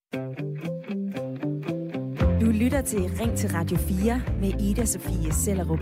Du lytter til Ring til Radio 4 med Ida Sofie Sellerup.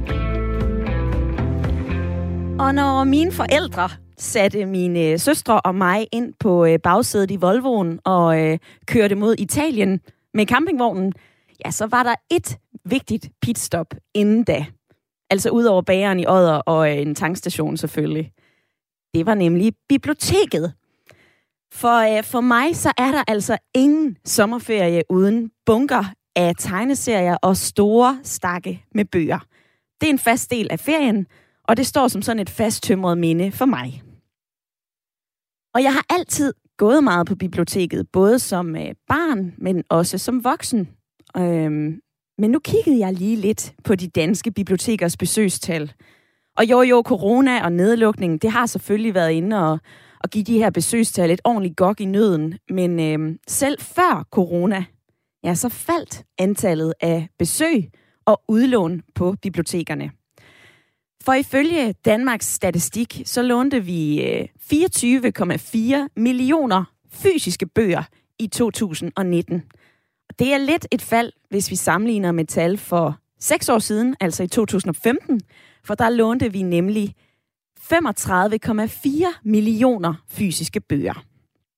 Og når mine forældre satte mine søstre og mig ind på bagsædet i Volvoen og kørte mod Italien med campingvognen, ja, så var der et vigtigt pitstop inden da. Altså ud over bageren i Odder og en tankstation selvfølgelig. Det var nemlig biblioteket. For mig så er der altså ingen sommerferie uden bunker af tegneserier og store stakke med bøger. Det er en fast del af ferien, og det står som sådan et fasttømret minde for mig. Og jeg har altid gået meget på biblioteket, både som barn, men også som voksen. Men nu kiggede jeg lige lidt på de danske bibliotekers besøgstal. Og jo, corona og nedlukning, det har selvfølgelig været inde og give de her besøgstal et ordentligt gok i nøden. Men selv før corona, ja, så faldt antallet af besøg og udlån på bibliotekerne. For ifølge Danmarks Statistik, så lånte vi 24,4 millioner fysiske bøger i 2019. Det er lidt et fald, hvis vi sammenligner med tal for 6 år siden, altså i 2015, for der lånte vi nemlig 35,4 millioner fysiske bøger.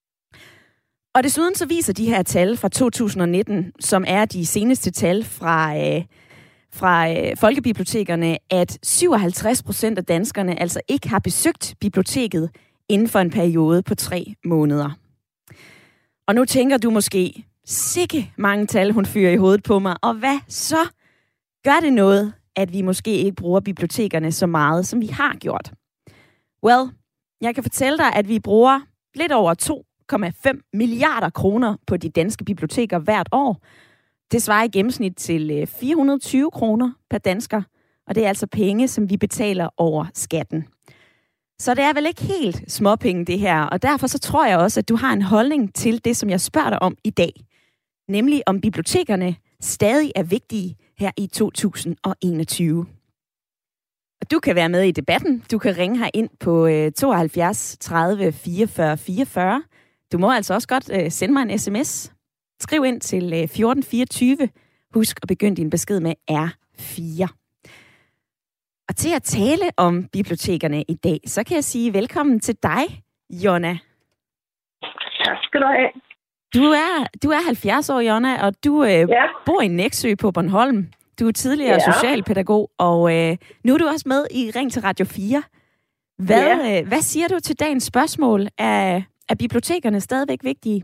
Og desuden så viser de her tal fra 2019, som er de seneste tal fra folkebibliotekerne, at 57% af danskerne altså ikke har besøgt biblioteket inden for en periode på 3 måneder. Og nu tænker du måske, sikke mange tal hun fyrer i hovedet på mig, og hvad så? Gør det noget, at vi måske ikke bruger bibliotekerne så meget, som vi har gjort? Well, jeg kan fortælle dig, at vi bruger lidt over 2,5 milliarder kroner på de danske biblioteker hvert år. Det svarer i gennemsnit til 420 kroner per dansker, og det er altså penge, som vi betaler over skatten. Så det er vel ikke helt småpenge det her, og derfor så tror jeg også, at du har en holdning til det, som jeg spørger dig om i dag. Nemlig om bibliotekerne stadig er vigtige her i 2021. Og du kan være med i debatten. Du kan ringe her ind på 72 30 44 44. Du må altså også godt sende mig en sms. Skriv ind til 1424. Husk at begynde din besked med R4. Og til at tale om bibliotekerne i dag, så kan jeg sige velkommen til dig, Jonna. Tak skal du have. Du er 70 år, Jonna, og du bor i Nexø på Bornholm. Du er tidligere socialpædagog, og nu er du også med i Ring til Radio 4. Hvad siger du til dagens spørgsmål? Er bibliotekerne stadigvæk vigtige?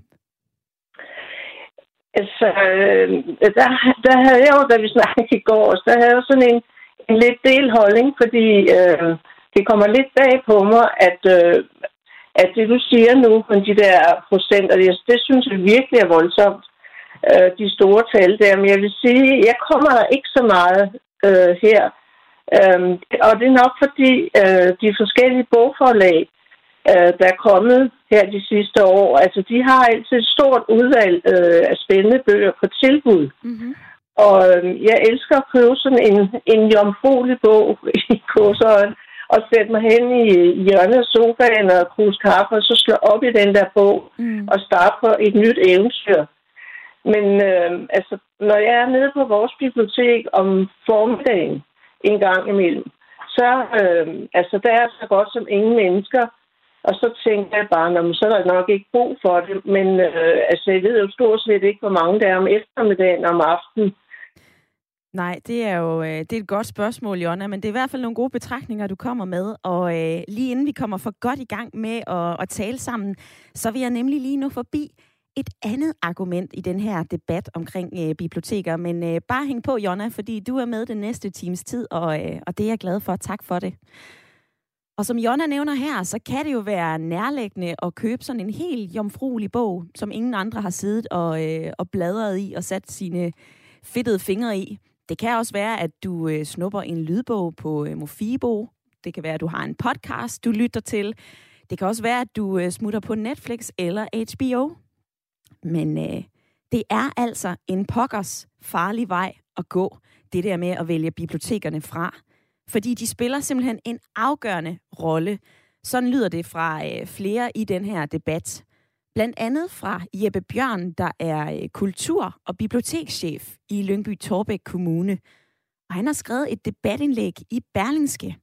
Altså, der havde jeg jo, da vi snakkede i går, så havde jeg jo sådan en lidt del holdning, fordi det kommer lidt bag på mig, at det du siger nu, med de der procenter, det synes jeg virkelig er voldsomt, de store tal der. Men jeg vil sige, jeg kommer ikke så meget her. Og det er nok fordi de forskellige bogforlag, der er kommet her de sidste år, altså de har altid et stort udvalg af spændende bøger på tilbud. Mm-hmm. Og jeg elsker at købe sådan en jomfruelig bog i kursøjen, og sætte mig hen i hjørnet af sofaen og kruse kaffe, og så slå op i den der bog og starte på et nyt eventyr. Men altså, når jeg er nede på vores bibliotek om formiddagen en gang imellem, så altså, der er så godt som ingen mennesker. Og så tænker jeg bare, så er der nok ikke brug for det. Men altså, jeg ved jo stort set ikke, hvor mange der er om eftermiddagen og om aftenen. Nej, det er jo det er et godt spørgsmål, Jonna, men det er i hvert fald nogle gode betragtninger, du kommer med. Og lige inden vi kommer for godt i gang med at tale sammen, så vil jeg nemlig lige nu forbi et andet argument i den her debat omkring biblioteker. Men bare hæng på, Jonna, fordi du er med den næste times tid, og det er jeg glad for. Tak for det. Og som Jonna nævner her, så kan det jo være nærliggende at købe sådan en helt jomfruelig bog, som ingen andre har siddet og bladret i og sat sine fedtede fingre i. Det kan også være, at du snupper en lydbog på Mofibo. Det kan være, at du har en podcast, du lytter til. Det kan også være, at du smutter på Netflix eller HBO. Men det er altså en pokkers farlig vej at gå, det der med at vælge bibliotekerne fra. Fordi de spiller simpelthen en afgørende rolle. Sådan lyder det fra flere i den her debat. Blandt andet fra Jeppe Bjørn, der er kultur- og bibliotekschef i Lyngby-Taarbæk Kommune. Og han har skrevet et debatindlæg i Berlingske.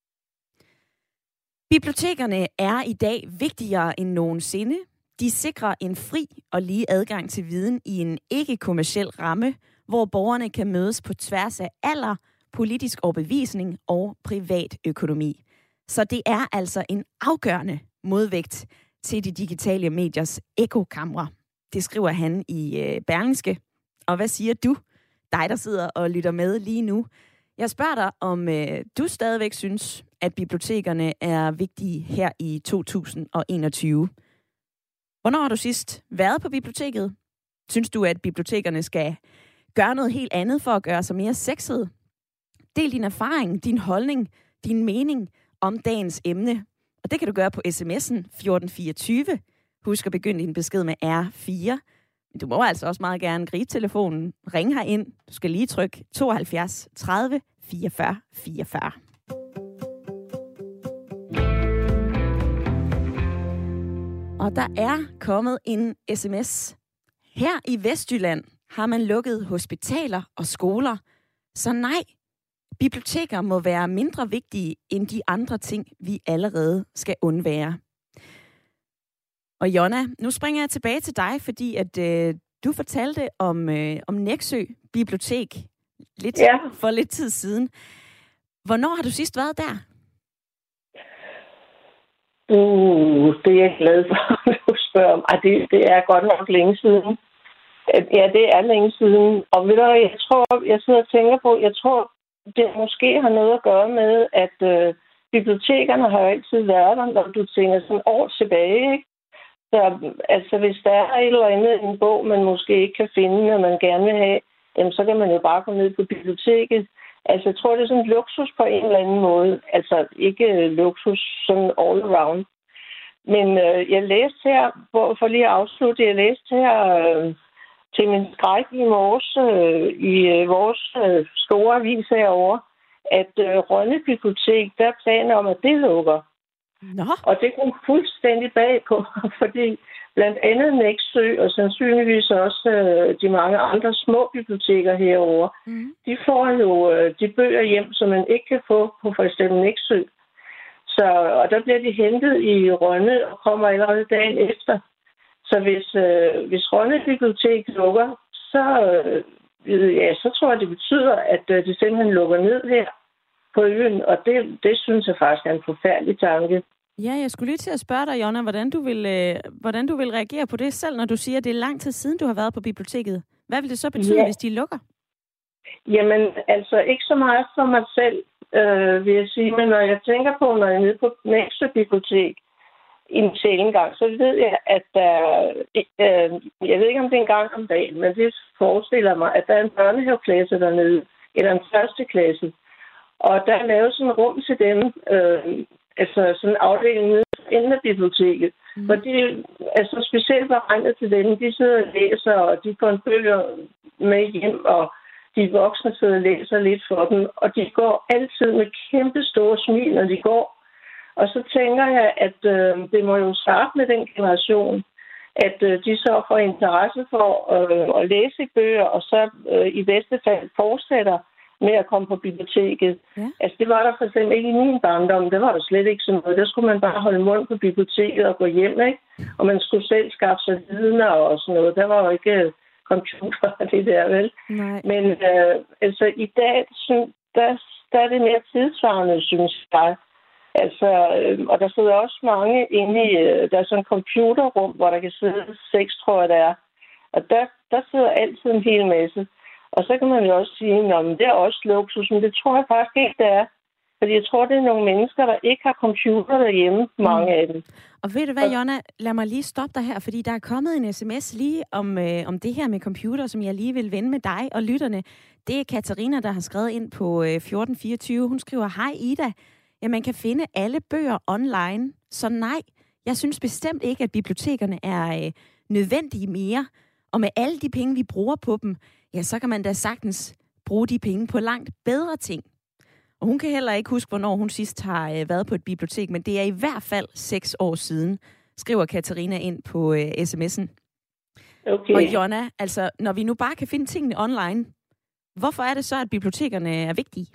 Bibliotekerne er i dag vigtigere end nogensinde. De sikrer en fri og lige adgang til viden i en ikke-kommerciel ramme, hvor borgerne kan mødes på tværs af alder, politisk overbevisning og privat økonomi. Så det er altså en afgørende modvægt til de digitale mediers ekokamre. Det skriver han i Berlingske. Og hvad siger du, dig der sidder og lytter med lige nu? Jeg spørger dig, om du stadigvæk synes, at bibliotekerne er vigtige her i 2021. Hvornår har du sidst været på biblioteket? Synes du, at bibliotekerne skal gøre noget helt andet for at gøre sig mere sexet? Del din erfaring, din holdning, din mening om dagens emne. Og det kan du gøre på sms'en 1424. Husk at begynde din besked med R4. Men du må altså også meget gerne gribe telefonen. Ring herind. Du skal lige trykke 72 30 44 44. Og der er kommet en sms. Her i Vestjylland har man lukket hospitaler og skoler. Så nej, biblioteker må være mindre vigtige end de andre ting, vi allerede skal undvære. Og Jonna, nu springer jeg tilbage til dig, fordi at du fortalte om Nexø Bibliotek for lidt tid siden. Hvornår har du sidst været der? Det er jeg glad for, at du spørger om. Det er godt nok længe siden. Ja, det er længe siden. Og ved du, jeg sidder og tænker på, det måske har noget at gøre med, at bibliotekerne har jo altid været der, når du tænker sådan år tilbage, ikke? Så altså, hvis der er et eller andet i en bog, man måske ikke kan finde, når man gerne vil have, jamen, så kan man jo bare gå ned på biblioteket. Altså, jeg tror, det er sådan en luksus på en eller anden måde. Altså, ikke luksus sådan all around. Men jeg læste her, for lige at afslutte, jeg læste her til min skræk i morges i vores store avis herovre, at Rønne Bibliotek, der er planer om, at det lukker. Nå. Og det kom fuldstændig bag på, fordi blandt andet Nexø og sandsynligvis også de mange andre små biblioteker herovre, de får jo de bøger hjem, som man ikke kan få på for eksempel Nexø. Og der bliver de hentet i Rønne og kommer allerede dagen efter. Så hvis Rønne Bibliotek lukker, så tror jeg, det betyder, at det simpelthen lukker ned her på øen, og det synes jeg faktisk er en forfærdelig tanke. Ja, jeg skulle lige til at spørge dig, Jonna, hvordan du vil reagere på det selv, når du siger, at det er lang tid siden, du har været på biblioteket. Hvad vil det så betyde, hvis de lukker? Jamen, altså ikke så meget for mig selv, vil jeg sige, men når jeg tænker på, når jeg er nede på Nexø Bibliotek en sjælden gang, så ved jeg, at jeg ved ikke, om det er en gang om dagen, men det forestiller mig, at der er en børnehaveklasse dernede, eller en første klasse. Og der er lavet sådan et rum til dem, altså sådan en afdeling nede inden af biblioteket. For det er så specielt beregnet til dem. De sidder og læser, og de får en bøger med hjem, og de voksne sidder og læser lidt for dem. Og de går altid med kæmpe store smil, når de går. Og så tænker jeg, at det må jo starte med den generation, at de så får interesse for at læse bøger, og så i bedste fald fortsætter med at komme på biblioteket. Ja. Altså, det var der for eksempel ikke i min barndom. Det var jo slet ikke sådan noget. Der skulle man bare holde mund på biblioteket og gå hjem, ikke? Og man skulle selv skaffe sig vidner og sådan noget. Der var jo ikke computer og det der, vel? Nej. Men altså, i dag, der er det mere tidsvarende, synes jeg. Altså, og der sidder også mange inde i, der er sådan en computerrum, hvor der kan sidde 6, tror jeg, der er. Og der sidder altid en hel masse. Og så kan man jo også sige, at det er også luksus, men det tror jeg faktisk ikke, det er. Fordi jeg tror, det er nogle mennesker, der ikke har computer derhjemme, mange af dem. Og ved du hvad, Jonna? Lad mig lige stoppe dig her, fordi der er kommet en sms lige om det her med computer, som jeg lige vil vende med dig og lytterne. Det er Katarina, der har skrevet ind på 1424. Hun skriver, hej Ida. Ja, man kan finde alle bøger online, så nej, jeg synes bestemt ikke, at bibliotekerne er nødvendige mere. Og med alle de penge, vi bruger på dem, ja, så kan man da sagtens bruge de penge på langt bedre ting. Og hun kan heller ikke huske, hvornår hun sidst har været på et bibliotek, men det er i hvert fald 6 år siden. skriver Katarina ind på sms'en. Okay. Og Jonna, altså, når vi nu bare kan finde tingene online, hvorfor er det så, at bibliotekerne er vigtige?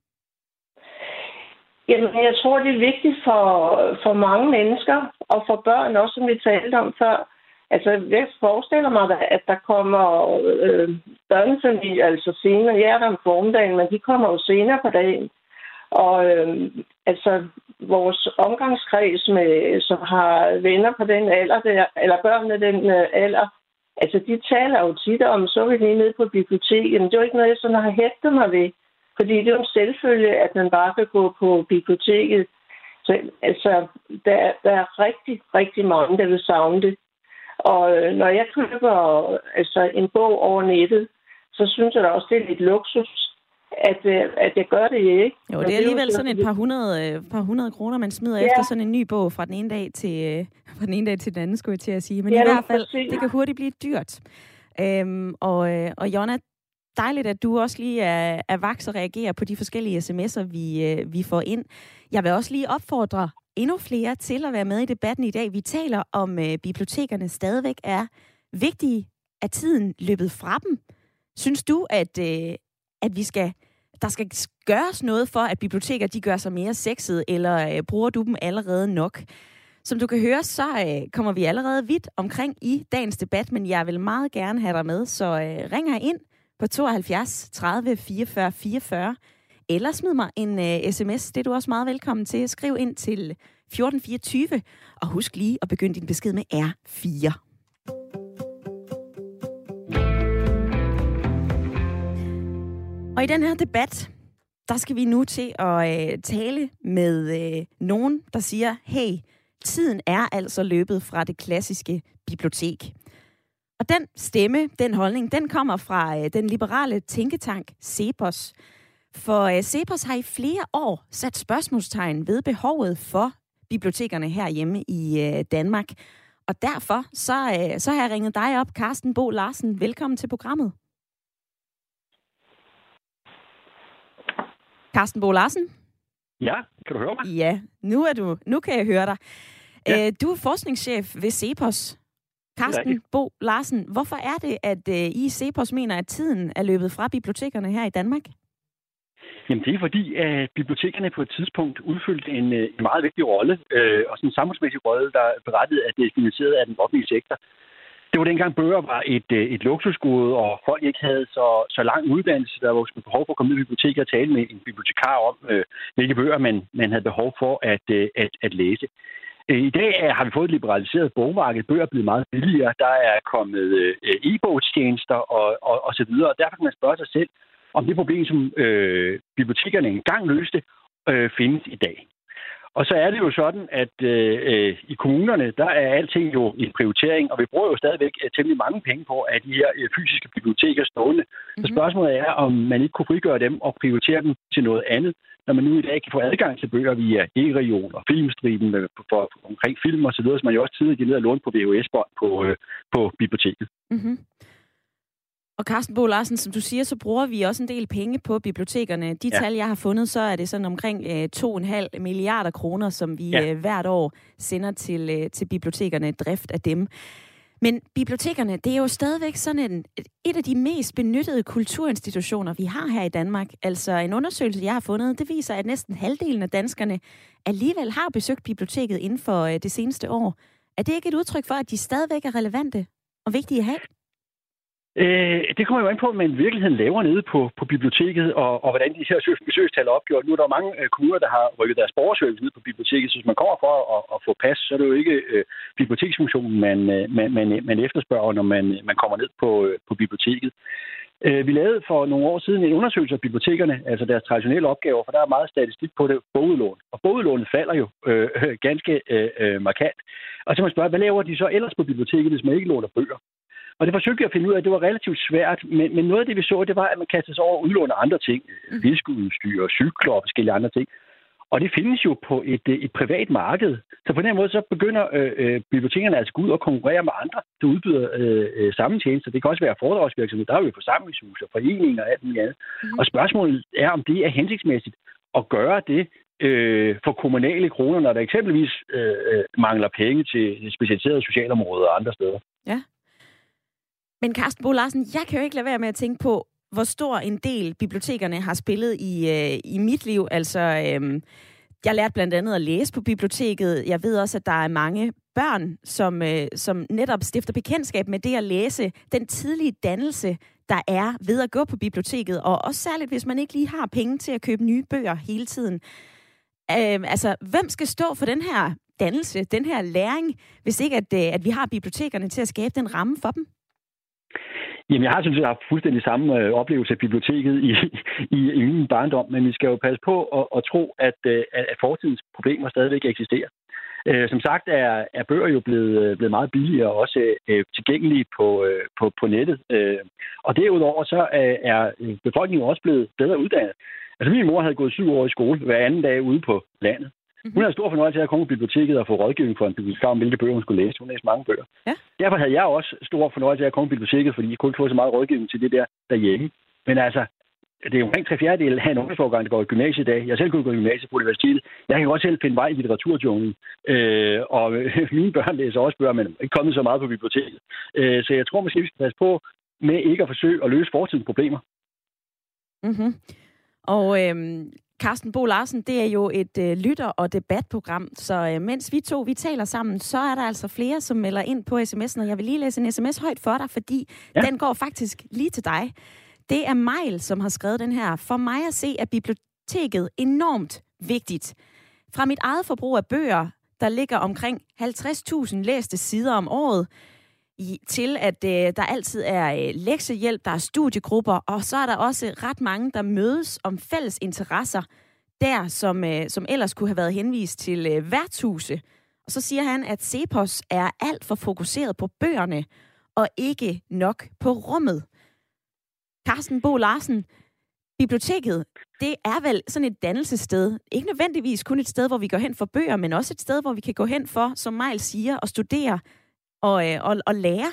Jamen, jeg tror, det er vigtigt for mange mennesker, og for børn også, som vi talte om før. Altså, jeg forestiller mig, at der kommer børnefamilier, altså senere, jeg er der om formiddagen, men de kommer jo senere på dagen. Og altså, vores omgangskreds, som har venner på den alder, eller børn med den alder, altså, de taler jo tit om, så er vi lige nede på biblioteket. Men det er jo ikke noget, jeg sådan har hæftet mig ved. Fordi det er jo en selvfølge, at man bare kan gå på biblioteket. Så altså, der er rigtig, rigtig mange, der vil savne det. Og når jeg køber en bog over nettet, så synes jeg da også, det er lidt luksus, at jeg gør det ikke. Jo, det er alligevel sådan et par hundrede kroner, man smider efter sådan en ny bog fra den ene dag til den anden, skulle jeg til at sige. Men i hvert fald, det kan hurtigt blive dyrt. Og Jonna, dejligt, at du også lige er vaks og reagerer på de forskellige sms'er, vi får ind. Jeg vil også lige opfordre endnu flere til at være med i debatten i dag. Vi taler om bibliotekerne stadigvæk er vigtige. Er tiden løbet fra dem? Synes du, at der skal gøres noget for, at biblioteker de gør sig mere sexede, eller bruger du dem allerede nok? Som du kan høre, så kommer vi allerede vidt omkring i dagens debat, men jeg vil meget gerne have dig med, så ring her ind på 72 30 44 44, eller smid mig en sms. Det er du også meget velkommen til. Skriv ind til 1424, og husk lige at begynde din besked med R4. Og i den her debat, der skal vi nu til at tale med nogen, der siger, hey, tiden er altså løbet fra det klassiske bibliotek. Og den stemme, den holdning, den kommer fra den liberale tænketank CEPOS. For CEPOS har i flere år sat spørgsmålstegn ved behovet for bibliotekerne herhjemme i Danmark. Og derfor så har jeg ringet dig op, Carsten Bo Larsen. Velkommen til programmet. Carsten Bo Larsen? Ja, kan du høre mig? Ja, nu kan jeg høre dig. Ja. Du er forskningschef ved CEPOS. Carsten Bo Larsen, hvorfor er det, at I CEPOS mener, at tiden er løbet fra bibliotekerne her i Danmark? Jamen, det er fordi, at bibliotekerne på et tidspunkt udfyldte en meget vigtig rolle, og sådan en samfundsmæssig rolle, der berettede, at det er finansieret af den offentlige sektor. Det var dengang bøger var et luksusgode, og folk ikke havde så lang uddannelse. Der var behov for at komme ud i biblioteket og tale med en bibliotekar om, hvilke bøger man havde behov for at læse. I dag har vi fået et liberaliseret bogmarked. Bøger er blevet meget billigere. Der er kommet e-bogstjenester og så videre. Og derfor kan man spørge sig selv, om det problem, som bibliotekerne engang løste, findes i dag. Og så er det jo sådan, at i kommunerne, der er alting jo en prioritering, og vi bruger jo stadigvæk temmelig mange penge på, at de her fysiske biblioteker stående. Så spørgsmålet er, om man ikke kunne frigøre dem og prioritere dem til noget andet, når man nu i dag kan få adgang til bøger via e-reol og filmstriben for omkring film og så videre, som man jo også tidligere gik ned og låne på VHS-bånd på biblioteket. Mm-hmm. Og Carsten Bo Larsen, som du siger, så bruger vi også en del penge på bibliotekerne. De tal, jeg har fundet, så er det sådan omkring 2,5 milliarder kroner, som vi hvert år sender til bibliotekerne, drift af dem. Men bibliotekerne, det er jo stadigvæk sådan et af de mest benyttede kulturinstitutioner, vi har her i Danmark. Altså en undersøgelse, jeg har fundet, det viser, at næsten halvdelen af danskerne alligevel har besøgt biblioteket inden for det seneste år. Er det ikke et udtryk for, at de stadigvæk er relevante og vigtige at have? Det kommer jo an på, at man virkeligheden laver nede på biblioteket, og hvordan de her besøgstal er opgjort. Nu er der mange kommuner, der har rykket deres borgerservice ned på biblioteket, så hvis man kommer for at få pas, så er det jo ikke biblioteksfunktionen, man efterspørger, når man kommer ned på biblioteket. Vi lavede for nogle år siden en undersøgelse af bibliotekerne, altså deres traditionelle opgaver, for der er meget statistik på det, bogudlån. Og bogudlånet falder jo ganske markant. Og så man spørger, hvad laver de så ellers på biblioteket, hvis man ikke låner bøger? Og det forsøgte jeg at finde ud af, at det var relativt svært, men noget af det, vi så, det var, at man kastede sig over at udlåne andre ting. Fiskeudstyr, cykler og forskellige andre ting. Og det findes jo på et privat marked. Så på den måde, så begynder bibliotekerne altså at gå ud og konkurrere med andre, der udbyder samme tjenester. Det kan også være foredragsvirksomhed. Der er jo forsamlingshus og foreninger og alt muligt andet. Og spørgsmålet er, om det er hensigtsmæssigt at gøre det for kommunale kroner, når der eksempelvis mangler penge til specialiserede socialområder og andre steder. Ja. Men Carsten Bo Larsen, jeg kan jo ikke lade være med at tænke på, hvor stor en del bibliotekerne har spillet i mit liv. Altså, jeg lærte blandt andet at læse på biblioteket. Jeg ved også, at der er mange børn, som netop stifter bekendtskab med det at læse. Den tidlige dannelse, der er ved at gå på biblioteket. Og også særligt, hvis man ikke lige har penge til at købe nye bøger hele tiden. Altså, hvem skal stå for den her dannelse, den her læring, hvis ikke at vi har bibliotekerne til at skabe den ramme for dem? Jamen, jeg har synes, jeg har fuldstændig samme oplevelse af biblioteket i min barndom, men vi skal jo passe på at tro, at fortidens problemer stadigvæk eksisterer. Som sagt er bøger jo blevet meget billigere og også tilgængelige på nettet. Og derudover så er befolkningen også blevet bedre uddannet. Altså, min mor havde gået 7 år i skole hver anden dag ude på landet. Hun havde stor fornøjelse af at komme på biblioteket og få rådgivning for en bibliotekar om, hvilke bøger hun skulle læse. Hun læste mange bøger. Ja. Derfor havde jeg også stor fornøjelse af at komme på biblioteket, fordi jeg kunne ikke få så meget rådgivning til det derhjemme. Men altså, det er jo omkring 3/4 af en ungdomsårgang, der går i gymnasiet i dag. Jeg selv kunne gå i gymnasiet på universitetet. Jeg kan også selv finde vej i litteraturjunglen. Og mine børn læser også bøger, men er ikke kommet så meget på biblioteket. Så jeg tror måske, vi skal passe på med ikke at forsøge at løse fortidens problemer. Mm-hmm. Og Carsten Bo Larsen, det er jo et lytter- og debatprogram, så mens vi taler sammen, så er der altså flere, som melder ind på sms'en, og jeg vil lige læse en sms højt for dig, fordi den går faktisk lige til dig. Det er Mejl, som har skrevet den her. For mig at se er biblioteket enormt vigtigt. Fra mit eget forbrug af bøger, der ligger omkring 50.000 læste sider om året, til at der altid er lektiehjælp, der er studiegrupper, og så er der også ret mange, der mødes om fælles interesser, der som ellers kunne have været henvist til værtshuse. Og så siger han, at CEPOS er alt for fokuseret på bøgerne, og ikke nok på rummet. Carsten Bo Larsen, biblioteket, det er vel sådan et dannelsessted. Ikke nødvendigvis kun et sted, hvor vi går hen for bøger, men også et sted, hvor vi kan gå hen for, som Mejl siger, at studere og lære?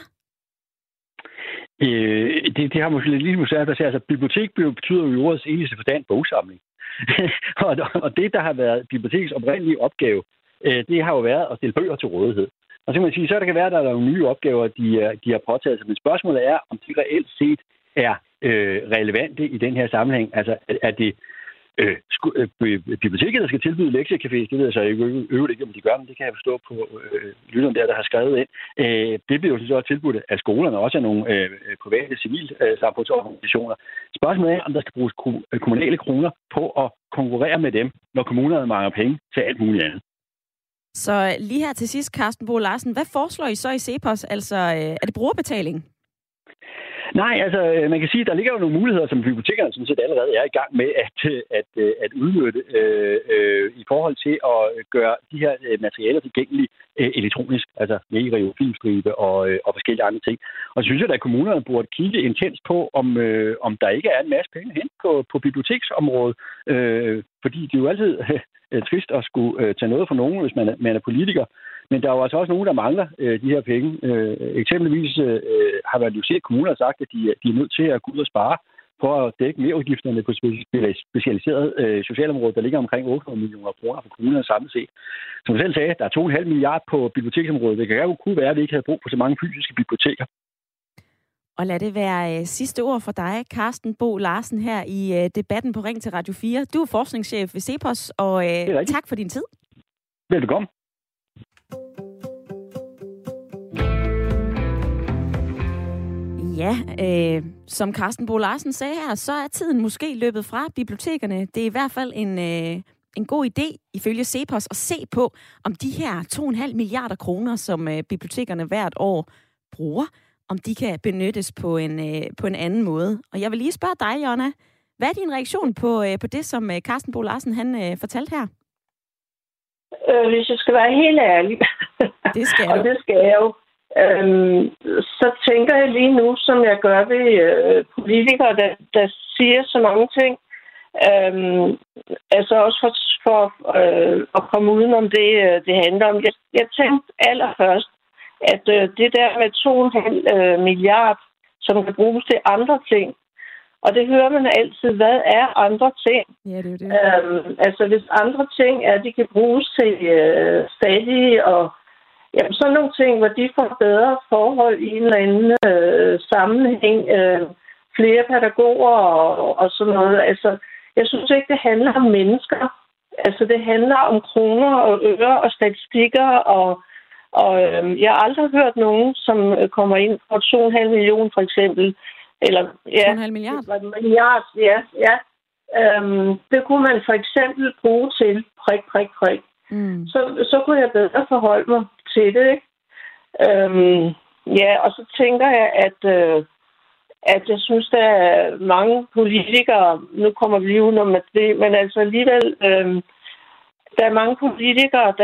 Det har måske lidt svært at sige. Altså, bibliotek betyder jo i ordets eneste forstand bogsamling. og det, der har været bibliotekets oprindelige opgave, det har jo været at stille bøger til rådighed. Og så kan man sige, så kan det være, at der er nogle nye opgaver, de har påtaget sig. Men spørgsmålet er, om de reelt set er relevante i den her sammenhæng. Altså, er det biblioteket, der skal tilbyde lektiecafés, det ved jeg så ikke, om de gør, men det kan jeg forstå på lytteren der har skrevet ind. Det bliver jo så også tilbudt af skolerne, også af nogle private civilsamfundsorganisationer. Spørgsmålet er, om der skal bruges kommunale kroner på at konkurrere med dem, når kommunerne mangler penge til alt muligt andet. Så lige her til sidst, Carsten Bo Larsen, hvad foreslår I så i CEPOS? Altså, er det brugerbetaling? Nej, altså man kan sige, at der ligger jo nogle muligheder, som bibliotekerne sådan set allerede er i gang med at udnytte i forhold til at gøre de her materialer tilgængelige elektronisk, altså med filmstribe og forskellige andre ting. Og så synes jeg, at kommunerne burde kigge intens på, om der ikke er en masse penge hen på biblioteksområdet, fordi det er jo altid trist at skulle tage noget fra nogen, hvis man er politiker. Men der er jo altså også nogen, der mangler de her penge. Eksempelvis har man jo set, at kommuner har sagt, at de er nødt til at gå ud og spare for at dække merudgifterne på specialiseret socialområde, der ligger omkring 800 millioner kroner for kommunerne samlet set. Som du selv sagde, der er 2,5 milliarder på biblioteksområdet. Det kan jo kunne være, at vi ikke havde brug for så mange fysiske biblioteker. Og lad det være sidste ord for dig, Carsten Bo Larsen, her i debatten på Ring til Radio 4. Du er forskningschef ved CEPOS, og tak for din tid. Velbekomme. Ja, som Carsten Bo Larsen sagde her, så er tiden måske løbet fra bibliotekerne. Det er i hvert fald en god idé, ifølge CEPOS, at se på, om de her 2,5 milliarder kroner, som bibliotekerne hvert år bruger, om de kan benyttes på en anden måde. Og jeg vil lige spørge dig, Jonna, hvad er din reaktion på det, som Carsten Bo Larsen han fortalte her? Hvis jeg skal være helt ærlig, det skal du. Og det skal jeg jo, så tænker jeg lige nu, som jeg gør ved politikere, der siger så mange ting. Altså også for at komme udenom det handler om. Jeg tænkte allerførst, at det der med 2,5 milliard, som kan bruges til andre ting, Og det hører man altid. Hvad er andre ting? Ja, det er det. Altså, hvis andre ting er, at de kan bruges til stadige og sådan nogle ting, hvor de får bedre forhold i en eller anden sammenhæng, flere pædagoger og sådan noget. Altså, jeg synes ikke, det handler om mennesker. Altså, det handler om kroner og øre og statistikker, og jeg har aldrig hørt nogen, som kommer ind på 2,5 million, for eksempel. Eller, 2,5 milliard? Milliard, ja. Det kunne man for eksempel bruge til prik. Så kunne jeg bedre forholde mig til det, ikke? Og så tænker jeg, at jeg synes, der er mange politikere, nu kommer vi lige udenom det, men altså alligevel, der er mange politikere,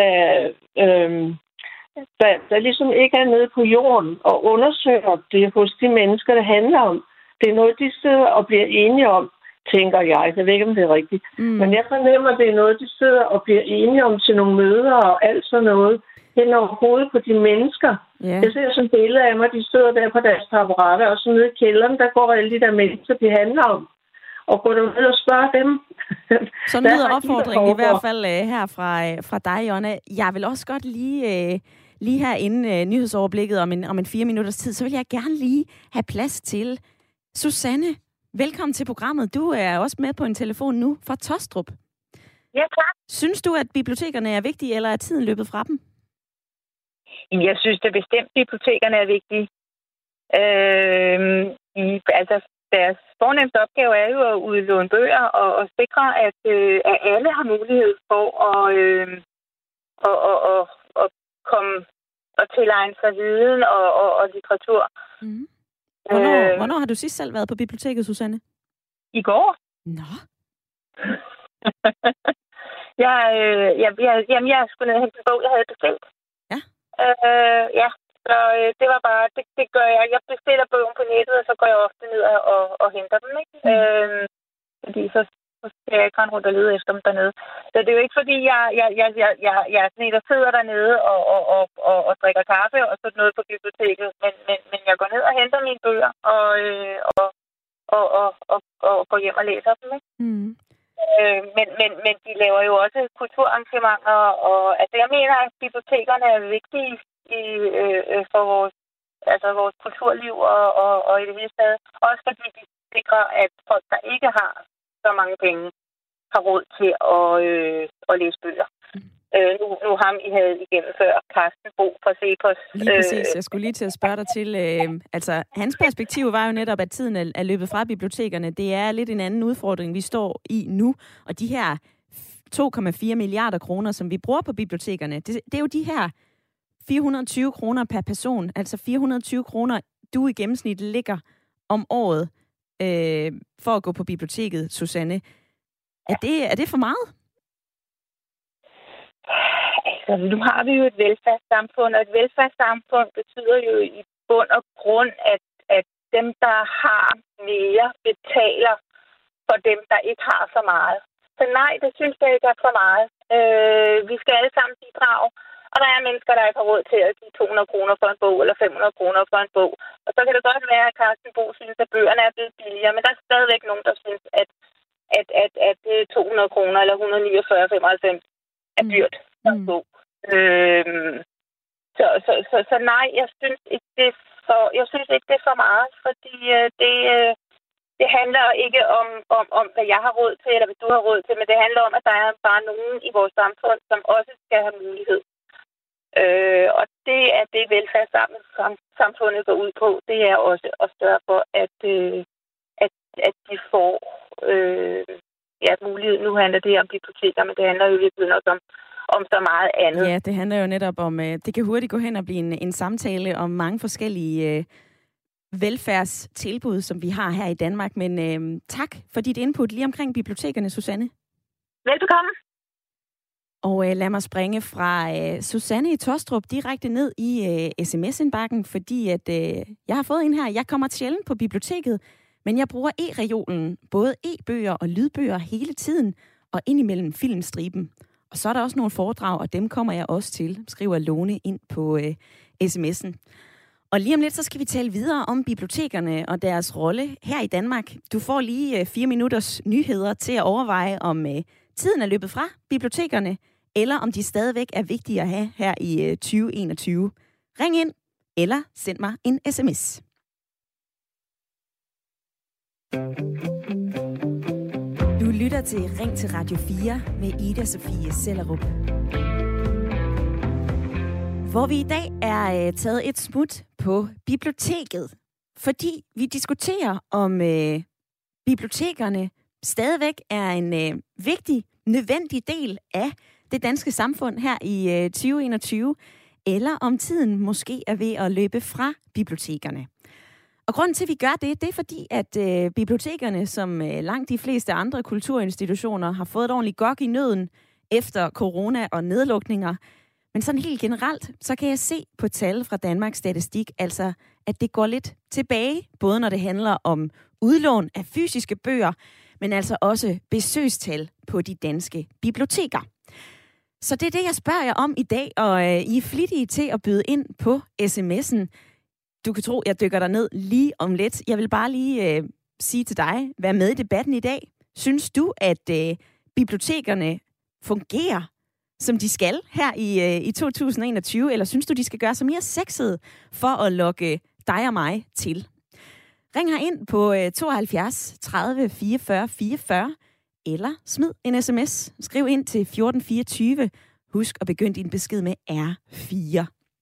der ligesom ikke er nede på jorden og undersøger det hos de mennesker, det handler om. Det er noget, de sidder og bliver enige om, tænker jeg. Jeg ved ikke, om det er rigtigt. Men jeg fornemmer, at det er noget, de sidder og bliver enige om til nogle møder og alt sådan noget hen over hovedet på de mennesker. Yeah. Jeg ser sådan billeder af mig, de sidder der på deres apparater, og så nede i kælderen, der går alle de der mennesker, de handler om. Og går du ud og spørger dem. Så lyder opfordringen i hvert fald her fra dig, Jonna. Jeg vil også godt lige her inden nyhedsoverblikket om en 4 minutters tid, så vil jeg gerne lige have plads til Susanne. Velkommen til programmet. Du er også med på en telefon nu fra Tostrup. Ja, tak. Synes du, at bibliotekerne er vigtige, eller er tiden løbet fra dem? Jeg synes det bestemt, at bibliotekerne er vigtige. Deres fornemmeste opgave er jo at udlåne bøger og sikre, at alle har mulighed for at komme og tilegne sig viden og litteratur. Mm. Hvornår har du sidst selv været på biblioteket, Susanne? I går. Nå. Jeg skulle ned og hente en bog, jeg havde bestilt. Ja. Så det var bare, det gør jeg. Jeg bestiller bogen på nettet, og så går jeg ofte ned og henter dem, ikke? Fordi så skal jeg ikke rende rundt og lede efter dem dernede. Så det er jo ikke fordi, jeg er sådan en, der sidder dernede og drikker kaffe og sådan noget på biblioteket, men jeg går ned og henter mine bøger og går hjem og læser dem, ikke? Mm. Men de laver jo også kulturarrangementer, og altså jeg mener, at bibliotekerne er vigtige for vores kulturliv og i det hele taget. Også fordi de sikrer, at folk, der ikke har så mange penge, har råd til at læse bøger. Nu ham I havde igennem før, Carsten Bo fra Cepos. Lige præcis. Jeg skulle lige til at spørge dig til, hans perspektiv var jo netop, at tiden er løbet fra bibliotekerne. Det er lidt en anden udfordring, vi står i nu. Og de her 2,4 milliarder kroner, som vi bruger på bibliotekerne, det er jo de her 420 kroner per person. Altså 420 kroner, du i gennemsnit ligger om året for at gå på biblioteket, Susanne. Er det for meget? Altså, nu har vi jo et velfærdssamfund, og et velfærdssamfund betyder jo i bund og grund, at dem, der har mere, betaler for dem, der ikke har så meget. Så nej, det synes jeg ikke er for meget. Vi skal alle sammen bidrage, og der er mennesker, der ikke har råd til at give 200 kroner for en bog, eller 500 kroner for en bog. Og så kan det godt være, at Carsten Bo synes, at bøgerne er blevet billigere, men der er stadigvæk nogen, der synes, at 200 kroner eller 149,95 er dyrt for en bog. Så nej, jeg synes ikke, det er for meget, fordi det handler ikke om, hvad jeg har råd til, eller hvad du har råd til, men det handler om, at der er bare nogen i vores samfund, som også skal have mulighed. Og det er det velfærdssamfundet går ud på. Det er også at sørge for, at de får mulighed. Nu handler det om biblioteker, men det handler jo virkelig også om så meget andet. Ja, det handler jo netop om, det kan hurtigt gå hen og blive en samtale om mange forskellige velfærdstilbud, som vi har her i Danmark. Men tak for dit input lige omkring bibliotekerne, Susanne. Velbekomme. Og lad mig springe fra Susanne i Tostrup direkte ned i sms-indbakken, fordi at jeg har fået en her. Jeg kommer sjældent på biblioteket, men jeg bruger e-reolen, både e-bøger og lydbøger hele tiden, og indimellem filmstriben. Og så er der også nogle foredrag, og dem kommer jeg også til, skriver Lone ind på sms'en. Og lige om lidt, så skal vi tale videre om bibliotekerne og deres rolle her i Danmark. Du får lige 4 minutters nyheder til at overveje, om tiden er løbet fra bibliotekerne, eller om de stadigvæk er vigtige at have her i 2021. Ring ind, eller send mig en sms. Du lytter til Ring til Radio 4 med Ida Sofie Sellerup. Hvor vi i dag er taget et smut på biblioteket, fordi vi diskuterer, om bibliotekerne stadigvæk er en vigtig, nødvendig del af det danske samfund her i 2021, eller om tiden måske er ved at løbe fra bibliotekerne. Og grunden til, at vi gør det, det er fordi, at bibliotekerne, som langt de fleste andre kulturinstitutioner, har fået et ordentligt gok i nøden efter corona og nedlukninger. Men sådan helt generelt, så kan jeg se på tal fra Danmarks Statistik, altså at det går lidt tilbage, både når det handler om udlån af fysiske bøger, men altså også besøgstal på de danske biblioteker. Så det er det, jeg spørger jer om i dag, og I er flittige til at byde ind på sms'en. Du kan tro, jeg dykker dig ned lige om lidt. Jeg vil bare lige sige til dig, vær med i debatten i dag. Synes du, at bibliotekerne fungerer, som de skal her i 2021, eller synes du, de skal gøre sig mere sexede for at lokke dig og mig til? Ring her ind på 72 30 44 44, eller smid en sms. Skriv ind til 1424. Husk at begynde din besked med R4.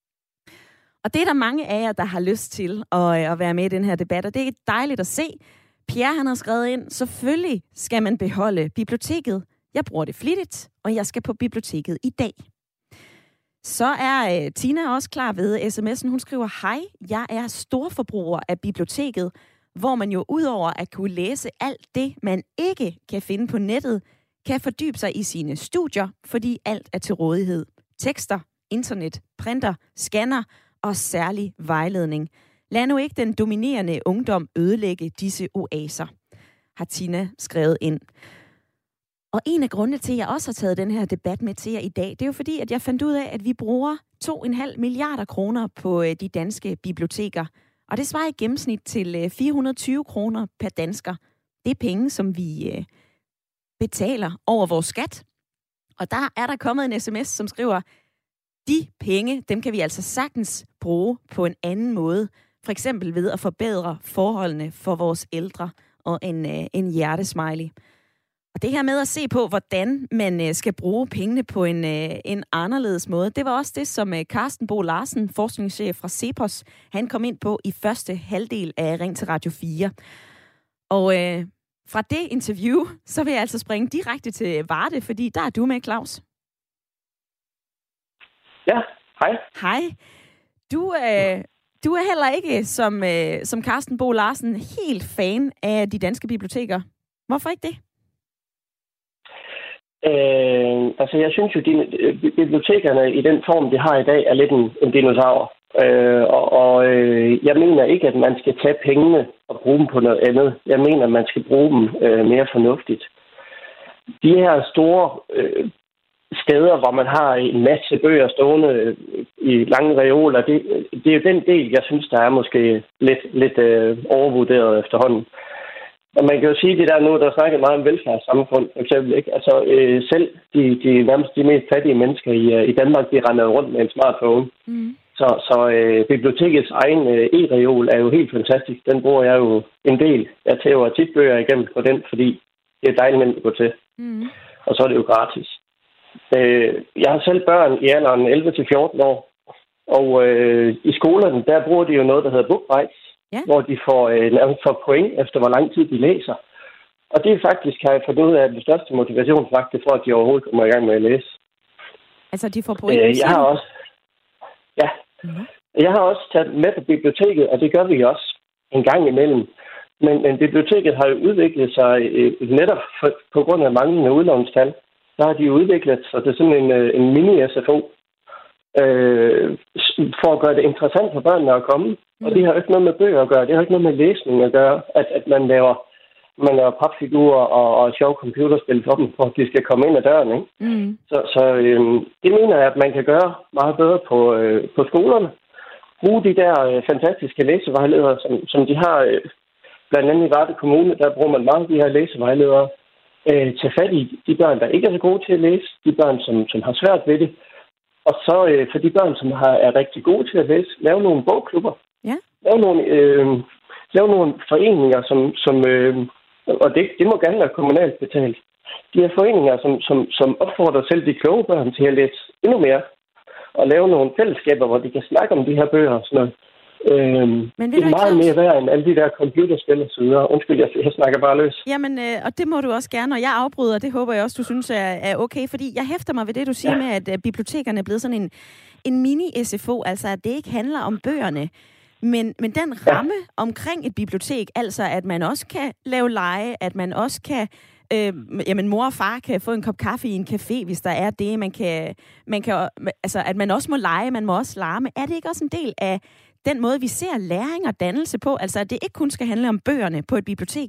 Og det er der mange af jer, der har lyst til at være med i den her debat, og det er dejligt at se. Pierre, han har skrevet ind, selvfølgelig skal man beholde biblioteket. Jeg bruger det flittigt, og jeg skal på biblioteket i dag. Så er Tina også klar ved sms'en. Hun skriver, hej, jeg er storforbruger af biblioteket, hvor man jo udover at kunne læse alt det, man ikke kan finde på nettet, kan fordybe sig i sine studier, fordi alt er til rådighed. Tekster, internet, printer, scanner og særlig vejledning. Lad nu ikke den dominerende ungdom ødelægge disse oaser, har Tina skrevet ind. Og en af grundene til, at jeg også har taget den her debat med til jer i dag, det er jo fordi, at jeg fandt ud af, at vi bruger 2,5 milliarder kroner på de danske biblioteker. Og det svarer i gennemsnit til 420 kroner per dansker. Det er penge, som vi betaler over vores skat. Og der er der kommet en sms, som skriver, de penge, dem kan vi altså sagtens bruge på en anden måde. For eksempel ved at forbedre forholdene for vores ældre og en hjertesmiley. Og det her med at se på, hvordan man skal bruge pengene på en anderledes måde, det var også det, som Carsten Bo Larsen, forskningschef fra CEPOS, han kom ind på i første halvdel af Ring til Radio 4. Og fra det interview, så vil jeg altså springe direkte til Varde, fordi der er du med, Claus. Ja, hej. Hej. Du er heller ikke, som Carsten Bo Larsen, helt fan af de danske biblioteker. Hvorfor ikke det? Jeg synes jo, at bibliotekerne i den form, de har i dag, er lidt en dinosaur. Jeg mener ikke, at man skal tage pengene og bruge dem på noget andet. Jeg mener, at man skal bruge dem mere fornuftigt. De her store steder, hvor man har en masse bøger stående i lange reoler, det er jo den del, jeg synes, der er måske lidt overvurderet efterhånden. Og man kan jo sige, det der nu, der snakker meget om velfærdssamfund, for eksempel, ikke? Altså, selv nærmest de mest fattige mennesker i Danmark, de render rundt med en smartphone. Mm. Så bibliotekets egen e-reol er jo helt fantastisk. Den bruger jeg jo en del. Jeg tager tit bøger igennem på den, fordi det er dejligt nemt at gå til. Mm. Og så er det jo gratis. Jeg har selv børn i alderen 11-14 år, og i skolerne, der bruger de jo noget, der hedder BookBrights. Ja. Hvor de får point efter, hvor lang tid de læser. Og det er faktisk, har jeg fundet ud af, den største motivationsfaktor for, at de overhovedet kommer i gang med at læse. Altså, de får point? Jeg har også taget med på biblioteket, og det gør vi også en gang imellem. Men biblioteket har jo udviklet sig netop på grund af manglende udlånstal. Der har de udviklet sig til sådan en mini-SFO. For at gøre det interessant for børnene at komme. Og det har jo ikke noget med bøger at gøre. Det har ikke noget med læsning at gøre. At man laver papfigurer og sjove computerspil for dem, for at de skal komme ind ad døren. Ikke? Mm. Så det mener jeg, at man kan gøre meget bedre på skolerne. bruge de der fantastiske læsevejledere, som de har blandt andet i Varde Kommune. Der bruger man mange af de her læsevejledere. Tage fat i de børn, der ikke er så gode til at læse, de børn, som har svært ved det. Og så for de børn, som er rigtig gode til at læse, lave nogle bogklubber. Ja. Lave nogle foreninger, og det må gerne være kommunalt betalt. De her foreninger, som opfordrer selv de kloge børn til at læse endnu mere, og lave nogle fællesskaber, hvor de kan snakke om de her bøger og sådan noget. Men det er meget mere værd end alle de der computerspil og så videre. Undskyld, jeg snakker bare løs. Jamen, og det må du også gerne, og jeg afbryder, det håber jeg også, du synes er okay, fordi jeg hæfter mig ved det, du siger med, at bibliotekerne er blevet sådan en mini-SFO, altså at det ikke handler om bøgerne, men den ramme omkring et bibliotek, altså at man også kan lave lege, at man også kan mor og far kan få en kop kaffe i en café, hvis der er det. Man kan altså, at man også må lege, man må også larme. Er det ikke også en del af den måde, vi ser læring og dannelse på? Altså, at det ikke kun skal handle om bøgerne på et bibliotek?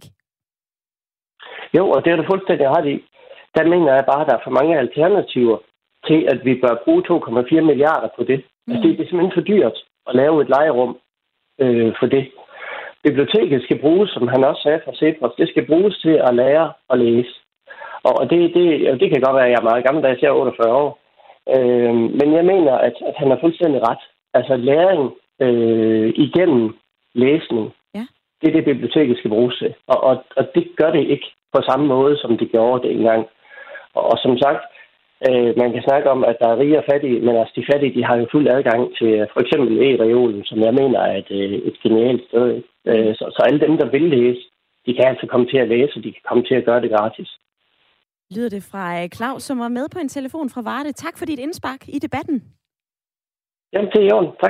Jo, og det er du fuldstændig ret i. Der mener jeg bare, at der er for mange alternativer til, at vi bør bruge 2,4 milliarder på det. Altså, det er simpelthen for dyrt at lave et legerum for det. Biblioteket skal bruges, som han også sagde fra Cepos, det skal bruges til at lære at læse. Og det kan godt være, at jeg er meget gammeldags, jeg er 48 år. Men jeg mener, at han har fuldstændig ret. Altså læring igennem læsning, det er det, biblioteket skal bruges til. Og det gør det ikke på samme måde, som det gjorde det engang. Og som sagt, man kan snakke om, at der er rige og fattige, men altså de fattige, de har jo fuld adgang til for eksempel e-reolen, som jeg mener er et genialt sted. Så alle dem, der vil læse, de kan altså komme til at læse, og de kan komme til at gøre det gratis. Lyder det fra Claus, som var med på en telefon fra Varde. Tak for dit indspark i debatten. Jamen, det er jo tak.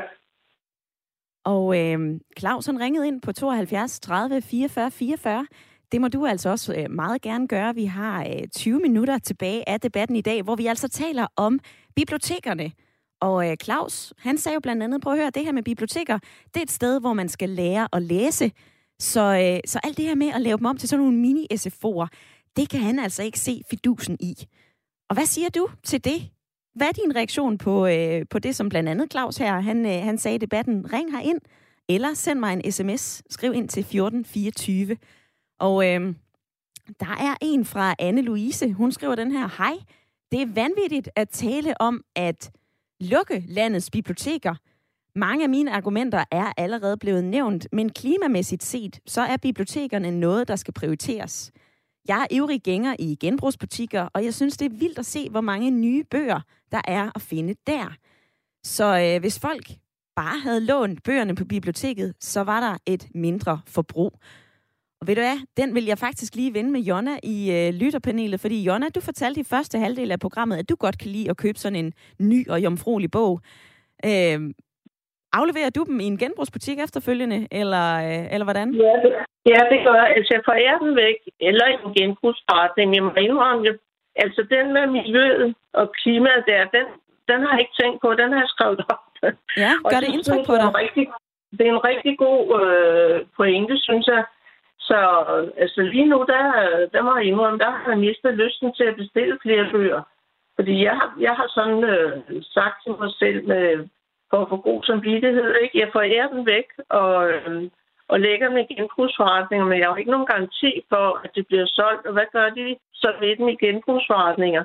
Og Claus, han ringede ind på 72 30 44 44. Det må du altså også meget gerne gøre. Vi har 20 minutter tilbage af debatten i dag, hvor vi altså taler om bibliotekerne. Og Claus, han sagde jo blandt andet, prøv at høre, det her med biblioteker, det er et sted, hvor man skal lære at læse. Så alt det her med at lave dem om til sådan nogle mini-SFO'er, det kan han altså ikke se fidusen i. Og hvad siger du til det? Hvad er din reaktion på det, som blandt andet Claus her, han sagde i debatten? Ring herind, eller send mig en sms. Skriv ind til 1424. Og der er en fra Anne-Louise. Hun skriver den her: hej, det er vanvittigt at tale om at lukke landets biblioteker. Mange af mine argumenter er allerede blevet nævnt, men klimamæssigt set, så er bibliotekerne noget, der skal prioriteres. Jeg er ivrig gænger i genbrugsbutikker, og jeg synes, det er vildt at se, hvor mange nye bøger, der er at finde der. Så hvis folk bare havde lånt bøgerne på biblioteket, så var der et mindre forbrug. Og ved du hvad, den vil jeg faktisk lige vende med Jonna i lytterpanelet, fordi Jonna, du fortalte i første halvdel af programmet, at du godt kan lide at købe sådan en ny og jomfruelig bog. Afleverer du dem i en genbrugsbutik efterfølgende, eller hvordan? Ja, det gør jeg. Altså, jeg forærer den væk, eller en genbrugsforretning. Jeg må indrømme, altså den med miljøet og klimaet der, den har jeg ikke tænkt på, den har jeg skrevet op. Ja, gør det indtryk på dig? Det er en rigtig god pointe, synes jeg. Så altså lige nu, der må jeg indrømme, der har jeg mistet lysten til at bestille flere bøger. Fordi jeg har sådan sagt til mig selv, for at få god samvittighed, ikke? Jeg forærer den væk og lægger dem i genbrugsforretninger, men jeg har ikke nogen garanti for, at det bliver solgt. Og hvad gør de så ved dem i genbrugsforretninger?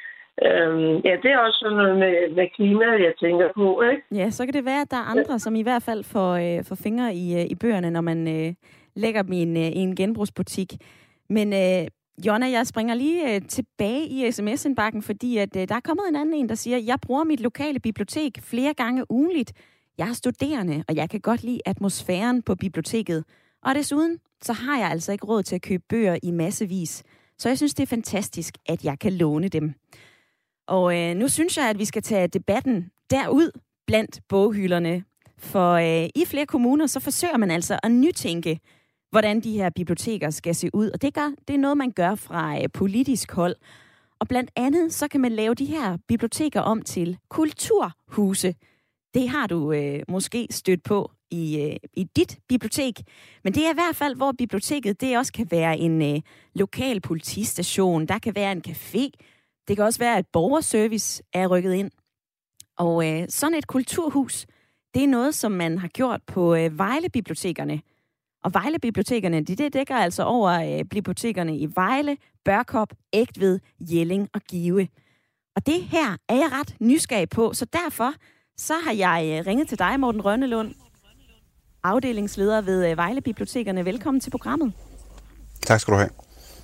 Det er også sådan noget med klimaet, jeg tænker på, ikke? Ja, så kan det være, at der er andre, som i hvert fald får fingre i bøgerne, når man lægger dem i en genbrugsbutik. Men Jonna, jeg springer lige tilbage i sms-indbakken, fordi at, der er kommet en anden der siger, jeg bruger mit lokale bibliotek flere gange ugenligt. Jeg er studerende, og jeg kan godt lide atmosfæren på biblioteket. Og desuden, så har jeg altså ikke råd til at købe bøger i massevis. Så jeg synes, det er fantastisk, at jeg kan låne dem. Og nu synes jeg, at vi skal tage debatten derud blandt boghylderne. For i flere kommuner, så forsøger man altså at nytænke, hvordan de her biblioteker skal se ud. Og det er noget, man gør fra politisk hold. Og blandt andet, så kan man lave de her biblioteker om til kulturhuse. Det har du måske stødt på i dit bibliotek. Men det er i hvert fald, hvor biblioteket det også kan være en lokal politistation. Der kan være en café. Det kan også være, at borgerservice er rykket ind. Og sådan et kulturhus, det er noget, som man har gjort på Vejle-bibliotekerne. Og Vejle-bibliotekerne, det dækker altså over bibliotekerne i Vejle, Børkop, Egtved, Jelling og Give. Og det her er jeg ret nysgerrig på, så derfor så har jeg ringet til dig, Morten Rønnelund, afdelingsleder ved Vejle-bibliotekerne. Velkommen til programmet. Tak skal du have.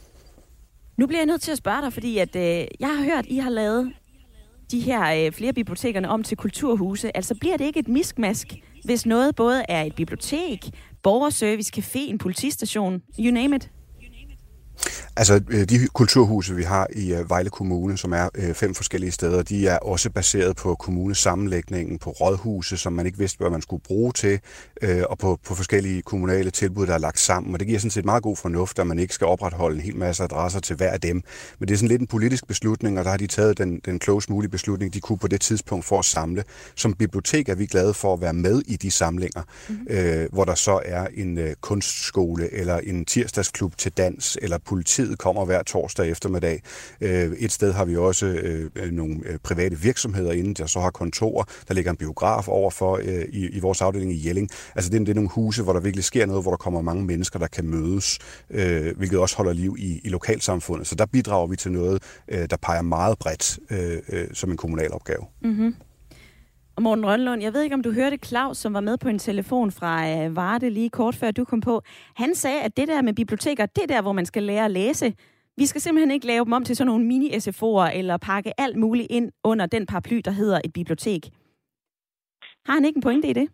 Nu bliver jeg nødt til at spørge dig, fordi at, jeg har hørt, I har lavet de her flere bibliotekerne om til kulturhuse. Altså bliver det ikke et miskmask, hvis noget både er et bibliotek, borgerservice, café, en politistation, you name it? Altså, de kulturhuse, vi har i Vejle Kommune, som er 5 forskellige steder, de er også baseret på kommunesammenlægningen, på rådhuse, som man ikke vidste, hvad man skulle bruge til, og på forskellige kommunale tilbud, der er lagt sammen. Og det giver sådan set meget god fornuft, at man ikke skal opretholde en hel masse adresser til hver af dem. Men det er sådan lidt en politisk beslutning, og der har de taget den klogest mulige beslutning, de kunne på det tidspunkt for at samle. Som bibliotek er vi glade for at være med i de samlinger, hvor der så er en kunstskole, eller en tirsdagsklub til dans, eller politiet kommer hver torsdag eftermiddag. Et sted har vi også nogle private virksomheder inde, der så har kontorer. Der ligger en biograf overfor i vores afdeling i Jelling. Altså det er nogle huse, hvor der virkelig sker noget, hvor der kommer mange mennesker, der kan mødes, hvilket også holder liv i lokalsamfundet. Så der bidrager vi til noget, der peger meget bredt som en kommunal opgave. Mm-hmm. Og Morten Rønnelund, jeg ved ikke, om du hørte Claus, som var med på en telefon fra Varde lige kort før du kom på. Han sagde, at det der med biblioteker, det er der, hvor man skal lære at læse. Vi skal simpelthen ikke lave dem om til sådan nogle mini-SFO'er eller pakke alt muligt ind under den paraply, der hedder et bibliotek. Har han ikke en pointe i det?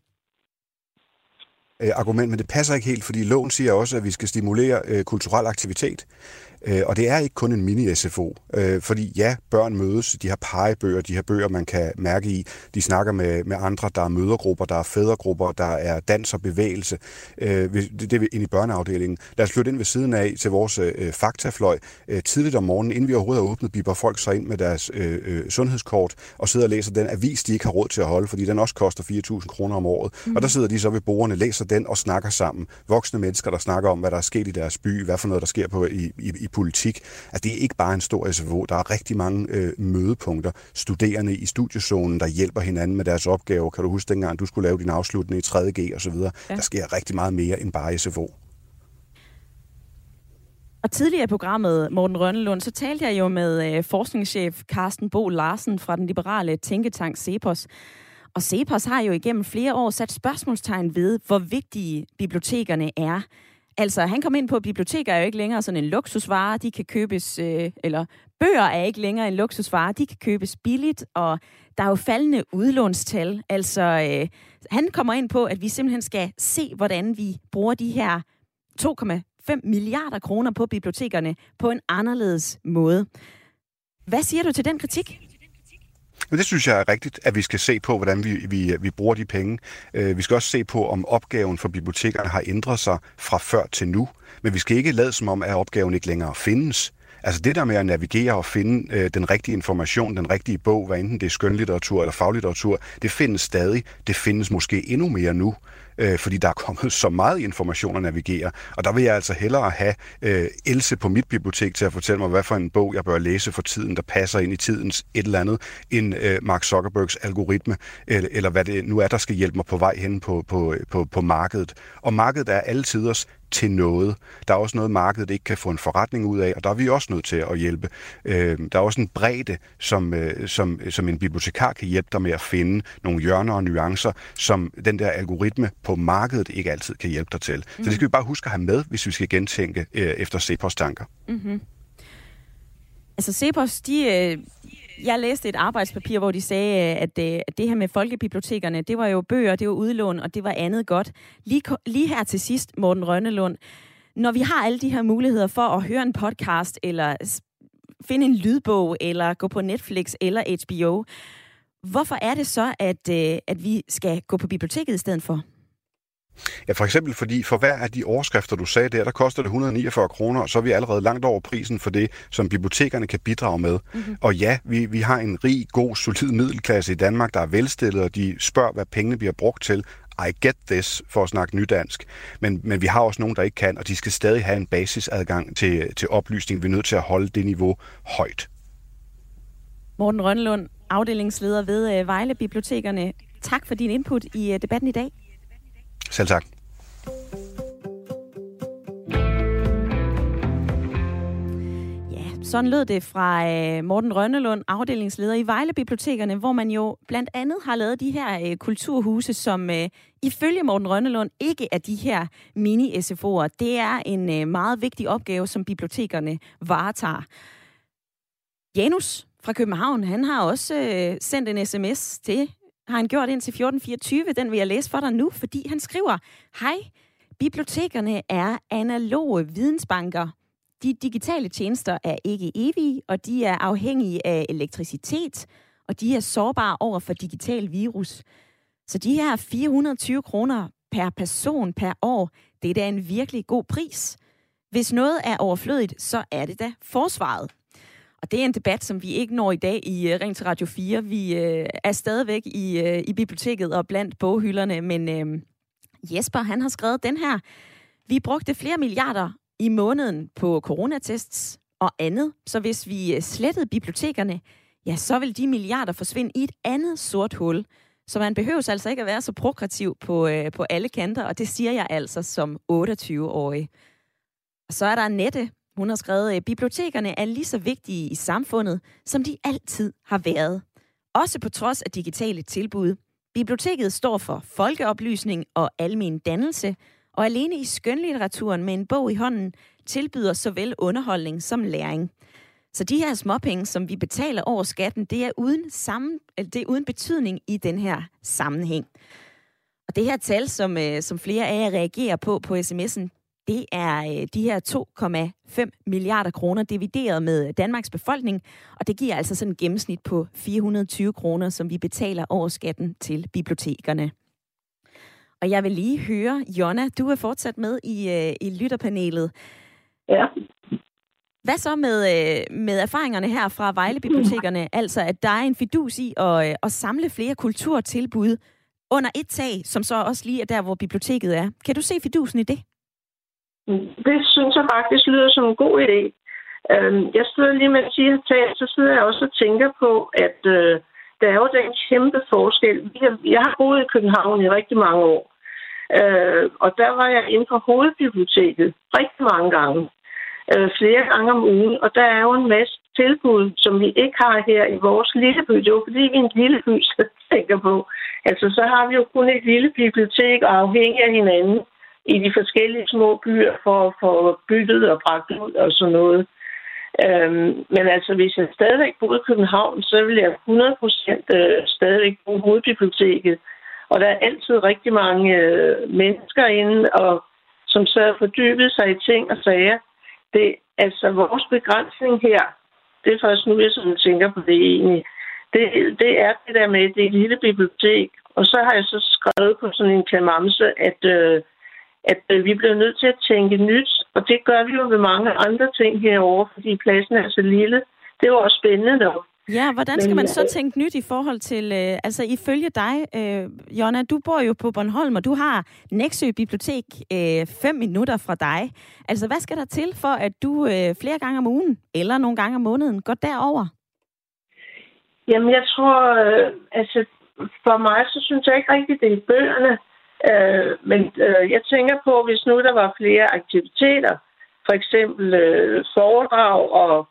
Argument, men det passer ikke helt, fordi loven siger også, at vi skal stimulere kulturel aktivitet. Og det er ikke kun en mini-SFO, fordi ja, børn mødes, de har pegebøger, de har bøger, man kan mærke i, de snakker med andre, der er mødergrupper, der er fædregrupper, der er dans og bevægelse. Det er inde i børneafdelingen. Lad os flytte ind ved siden af til vores faktafløj. Tidligt om morgenen, inden vi overhovedet har åbnet, biber folk så ind med deres sundhedskort og sidder og læser den avis, de ikke har råd til at holde, fordi den også koster 4.000 kroner om året. Og der sidder de så ved bordene, læser den og snakker sammen. Voksne mennesker, der snakker om, hvad der er sket i deres by, hvad for noget, der sker på i politik. Altså, det er ikke bare en stor SFO. Der er rigtig mange mødepunkter. Studerende i studiezonen, der hjælper hinanden med deres opgaver. Kan du huske dengang, du skulle lave din afslutning i 3.G og så videre? Ja. Der sker rigtig meget mere end bare SFO. Og tidligere i programmet, Morten Rønnelund, så talte jeg jo med forskningschef Carsten Bo Larsen fra den liberale tænketank CEPOS. Og CEPOS har jo igennem flere år sat spørgsmålstegn ved, hvor vigtige bibliotekerne er. Altså, han kom ind på, at biblioteker er jo ikke længere sådan en luksusvare, de kan købes, eller bøger er ikke længere en luksusvare, de kan købes billigt, og der er jo faldende udlånstal. Altså, han kommer ind på, at vi simpelthen skal se, hvordan vi bruger de her 2,5 milliarder kroner på bibliotekerne på en anderledes måde. Hvad siger du til den kritik? Men det synes jeg er rigtigt, at vi skal se på, hvordan vi bruger de penge. Vi skal også se på, om opgaven for bibliotekerne har ændret sig fra før til nu. Men vi skal ikke lade som om, at opgaven ikke længere findes. Altså det der med at navigere og finde den rigtige information, den rigtige bog, hvad enten det er skønlitteratur eller faglitteratur, det findes stadig. Det findes måske endnu mere nu, fordi der er kommet så meget information at navigere. Og der vil jeg altså hellere have Else på mit bibliotek til at fortælle mig, hvad for en bog jeg bør læse for tiden, der passer ind i tidens et eller andet, end Mark Zuckerbergs algoritme, eller hvad det nu er, der skal hjælpe mig på vej hen på markedet. Og markedet er alle tiders til noget. Der er også noget, markedet ikke kan få en forretning ud af, og der er vi også nødt til at hjælpe. Der er også en bredde, som en bibliotekar kan hjælpe dig med at finde nogle hjørner og nuancer, som den der algoritme på markedet ikke altid kan hjælpe dig til. Så det skal vi bare huske at have med, hvis vi skal gentænke efter CEPOS tanker. Mm-hmm. Altså CEPOS, jeg læste et arbejdspapir, hvor de sagde, at det her med folkebibliotekerne, det var jo bøger, det var udlån, og det var andet godt. Lige her til sidst, Morten Rønnelund, når vi har alle de her muligheder for at høre en podcast, eller finde en lydbog, eller gå på Netflix eller HBO, hvorfor er det så, at vi skal gå på biblioteket i stedet for? Ja, for eksempel fordi for hver af de overskrifter, du sagde der koster det 149 kroner, og så er vi allerede langt over prisen for det, som bibliotekerne kan bidrage med. Mm-hmm. Og ja, vi har en rig, god, solid middelklasse i Danmark, der er velstillet, og de spørger, hvad pengene bliver brugt til. I get this, for at snakke nydansk. Men vi har også nogen, der ikke kan, og de skal stadig have en basisadgang til oplysning. Vi er nødt til at holde det niveau højt. Morten Rønnelund, afdelingsleder ved Vejle Bibliotekerne. Tak for din input i debatten i dag. Selv tak. Sådan lød det fra Morten Rønnelund, afdelingsleder i Vejle Bibliotekerne, hvor man jo blandt andet har lavet de her kulturhuse, som ifølge Morten Rønnelund ikke er de her mini-SFO'er. Det er en meget vigtig opgave, som bibliotekerne varetager. Janus fra København, han har også sendt en sms til, har han gjort ind til 1424, den vil jeg læse for dig nu, fordi han skriver: Hej, bibliotekerne er analoge vidensbanker. De digitale tjenester er ikke evige, og de er afhængige af elektricitet, og de er sårbare over for digital virus. Så de her 420 kroner per person per år, det er da en virkelig god pris. Hvis noget er overflødigt, så er det da forsvaret. Og det er en debat, som vi ikke når i dag i Ring til Radio 4. Vi er stadigvæk i biblioteket og blandt boghylderne, men Jesper, han har skrevet den her: Vi brugte flere milliarder i måneden på coronatests og andet, så hvis vi slettede bibliotekerne, ja, så vil de milliarder forsvinde i et andet sort hul. Så man behøver altså ikke at være så progressiv på alle kanter, og det siger jeg altså som 28-årig. Og så er der Nette. Hun har skrevet: Bibliotekerne er lige så vigtige i samfundet, som de altid har været. Også på trods af digitale tilbud. Biblioteket står for folkeoplysning og almen dannelse, og alene i skønlitteraturen med en bog i hånden tilbyder såvel underholdning som læring. Så de her småpenge, som vi betaler over skatten, det er uden betydning i den her sammenhæng. Og det her tal, som flere af jer reagerer på sms'en, det er de her 2,5 milliarder kroner divideret med Danmarks befolkning, og det giver altså sådan et gennemsnit på 420 kroner, som vi betaler over skatten til bibliotekerne. Og jeg vil lige høre, Jonna, du er fortsat med i lytterpanelet. Ja. Hvad så med erfaringerne her fra Vejle Bibliotekerne? Altså, at der er en fidus i at samle flere kulturtilbud under et tag, som så også lige er der, hvor biblioteket er. Kan du se fidusen i det? Det synes jeg faktisk lyder som en god idé. Jeg sidder lige med at sige, så sidder jeg også og tænker på, at der er jo den kæmpe forskel. Jeg har boet i København i rigtig mange år, og der var jeg inde på Hovedbiblioteket rigtig mange gange. Flere gange om ugen, og der er jo en masse tilbud, som vi ikke har her i vores lille by. Det er jo fordi, vi er en lille by, så tænker på. Altså, så har vi jo kun et lille bibliotek, og afhængig af hinanden i de forskellige små byer for at få byttet og bragt ud og sådan noget. Men altså, hvis jeg stadigvæk boede i København, så ville jeg 100% stadigvæk bruge Hovedbiblioteket. Og der er altid rigtig mange mennesker inde, og som så har fordybet sig i ting og sager. Det, altså, vores begrænsning her, det er først nu, jeg sådan tænker på det egentlig. Det er det der med det lille bibliotek. Og så har jeg så skrevet på sådan en klamamse, at vi bliver nødt til at tænke nyt. Og det gør vi jo ved mange andre ting herovre, fordi pladsen er så lille. Det er jo også spændende nok. Ja, hvordan skal man så tænke nyt i forhold til, altså ifølge dig, Jonna, du bor jo på Bornholm, og du har Nexø Bibliotek 5 minutter fra dig. Altså, hvad skal der til for, at du flere gange om ugen, eller nogle gange om måneden, går derover? Jamen, jeg tror, altså, for mig, så synes jeg ikke rigtigt, det er bøgerne. Men jeg tænker på, hvis nu der var flere aktiviteter, for eksempel foredrag og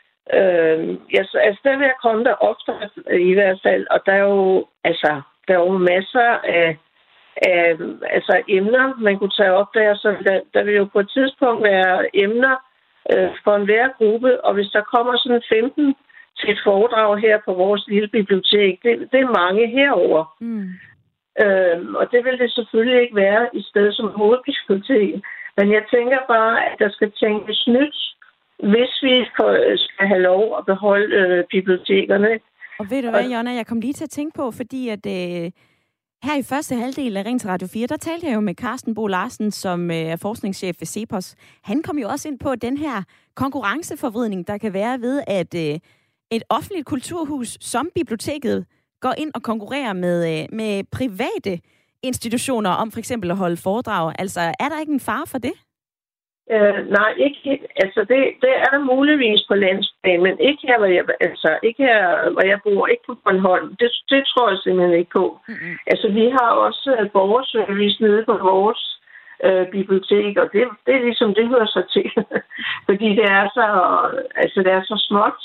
der vil jeg komme der ofte i hvert fald, og der er jo masser af emner, man kunne tage op der, så der vil jo på et tidspunkt være emner for enhver gruppe, og hvis der kommer sådan 15 til et foredrag her på vores lille bibliotek, det er mange herover. Og det vil det selvfølgelig ikke være i stedet som Hovedbibliotek, men jeg tænker bare, at der skal tænkes nyt, hvis vi skal have lov at beholde bibliotekerne. Og ved du hvad, Jonna, jeg kom lige til at tænke på, fordi at her i første halvdel af Ring til Radio 4, der talte jeg jo med Carsten Bo Larsen, som er forskningschef ved CEPOS. Han kom jo også ind på den her konkurrenceforvridning, der kan være ved, at et offentligt kulturhus som biblioteket går ind og konkurrerer med private institutioner om for eksempel at holde foredrag. Altså, er der ikke en fare for det? Nej, ikke helt. Altså, det er der muligvis på landsplan, men ikke her, hvor jeg bor, ikke på Bornholm. Det tror jeg simpelthen ikke på. Mm-hmm. Altså, vi har også borgerservice nede på vores bibliotek, og det er ligesom, det hører sig til. Fordi det er så småt.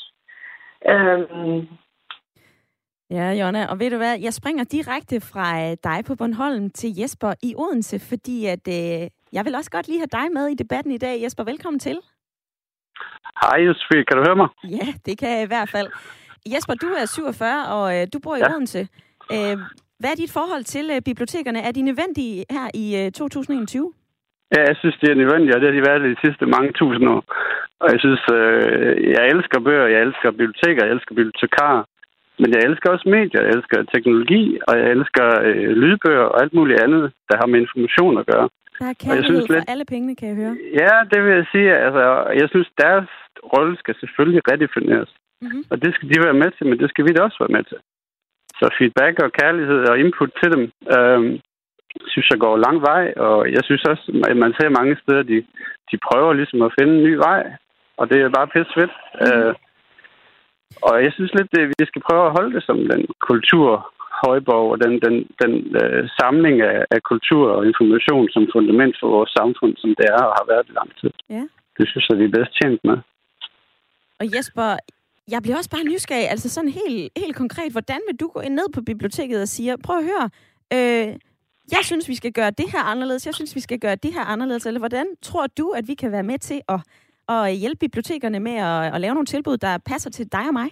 Ja, Jonna, og ved du hvad, jeg springer direkte fra dig på Bornholm til Jesper i Odense, fordi at jeg vil også godt lige have dig med i debatten i dag. Jesper, velkommen til. Hej, Josefie. Kan du høre mig? Ja, det kan jeg i hvert fald. Jesper, du er 47, og du bor i Odense. Hvad er dit forhold til bibliotekerne? Er de nødvendige her i 2021? Ja, jeg synes, det er nødvendigt, og det har de været de sidste mange tusind år. Og jeg synes, jeg elsker bøger, jeg elsker biblioteker, jeg elsker bibliotekarer. Men jeg elsker også medier, jeg elsker teknologi, og jeg elsker lydbøger og alt muligt andet, der har med information at gøre. Der er kærlighed for alle pengene, kan jeg høre. Ja, det vil jeg sige. Altså, jeg synes, deres rolle skal selvfølgelig redefineres. Mm-hmm. Og det skal de være med til, men det skal vi da også være med til. Så feedback og kærlighed og input til dem, synes jeg går lang vej. Og jeg synes også, at man ser mange steder, de prøver ligesom at finde en ny vej. Og det er bare pisse fedt. Mm-hmm. Og jeg synes lidt, at vi skal prøve at holde det som den kulturhøjborg og den samling af kultur og information som fundament for vores samfund, som det er og har været i lang tid. Ja. Det synes jeg, vi er bedst tjent med. Og Jesper, jeg bliver også bare nysgerrig, altså sådan helt konkret, hvordan vil du gå ned på biblioteket og sige, prøv at høre, jeg synes, vi skal gøre det her anderledes, jeg synes, vi skal gøre det her anderledes, eller hvordan tror du, at vi kan være med til at hjælpe bibliotekerne med at lave nogle tilbud, der passer til dig og mig?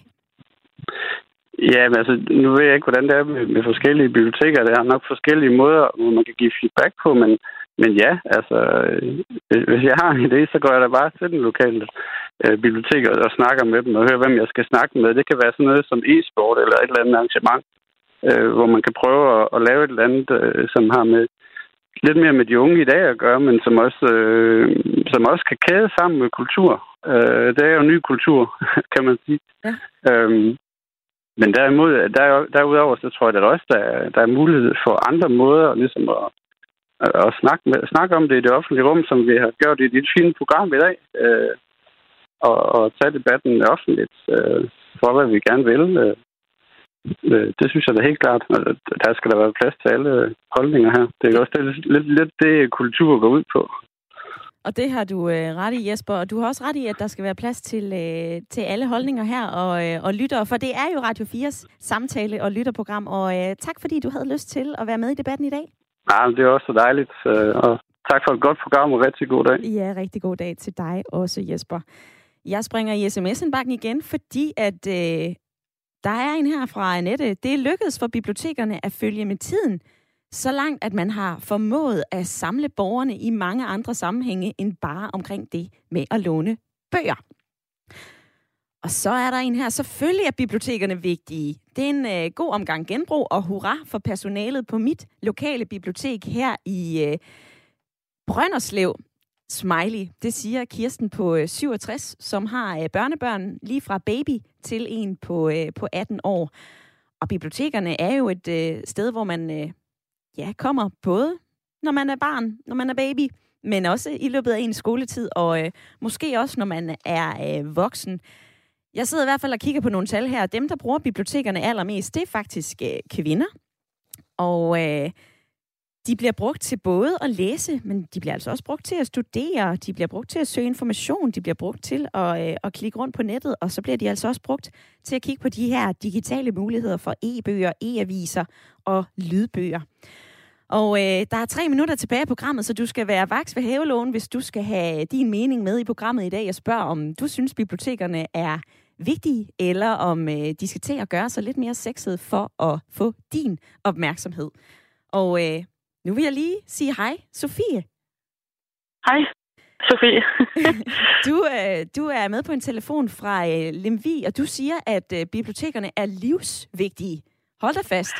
Ja, men altså, nu ved jeg ikke, hvordan det er med forskellige biblioteker. Der er nok forskellige måder, hvor man kan give feedback på, men ja, altså, hvis jeg har en idé, så går jeg da bare til den lokale bibliotek og snakker med dem og hører, hvem jeg skal snakke med. Det kan være sådan noget som e-sport eller et eller andet arrangement, hvor man kan prøve at lave et eller andet, som har med lidt mere med de unge i dag at gøre, men som også kan kæde sammen med kultur. Det er jo ny kultur, kan man sige. Ja. Men derudover, så tror jeg, at også der er mulighed for andre måder ligesom at snakke om det i det offentlige rum, som vi har gjort i dit fine program i dag, og tage debatten offentligt for, hvad vi gerne vil. Det synes jeg da helt klart. Der skal der være plads til alle holdninger her. Det er også lidt det, kultur går ud på. Og det har du ret i, Jesper. Og du har også ret i, at der skal være plads til alle holdninger her og lyttere. For det er jo Radio 4's samtale- og lytterprogram. Og tak, fordi du havde lyst til at være med i debatten i dag. Ja, det er også så dejligt. Og tak for et godt program og rigtig god dag. Ja, rigtig god dag til dig også, Jesper. Jeg springer i sms-indbakken igen, fordi at der er en her fra Annette. Det er lykkedes for bibliotekerne at følge med tiden, så langt, at man har formået at samle borgerne i mange andre sammenhænge end bare omkring det med at låne bøger. Og så er der en her. Selvfølgelig er bibliotekerne vigtige. Det er en god omgang genbrug, og hurra for personalet på mit lokale bibliotek her i Brønderslev. Smiley. Det siger Kirsten på 67, som har børnebørn lige fra baby til en på 18 år. Og bibliotekerne er jo et sted, hvor man kommer både, når man er barn, når man er baby, men også i løbet af en skoletid, og måske også, når man er voksen. Jeg sidder i hvert fald og kigger på nogle tal her. Dem, der bruger bibliotekerne allermest, det er faktisk kvinder. Og de bliver brugt til både at læse, men de bliver altså også brugt til at studere, de bliver brugt til at søge information, de bliver brugt til at klikke rundt på nettet, og så bliver de altså også brugt til at kigge på de her digitale muligheder for e-bøger, e-aviser og lydbøger. Og der er 3 minutter tilbage i programmet, så du skal være vaks ved havelågen, hvis du skal have din mening med i programmet i dag. Jeg spørger, om du synes, bibliotekerne er vigtige, eller om de skal til at gøre sig lidt mere sexet for at få din opmærksomhed. Og nu vil jeg lige sige hej, Sofie. Hej, Sofie. Du er med på en telefon fra Lemvig, og du siger, at bibliotekerne er livsvigtige. Hold da fast.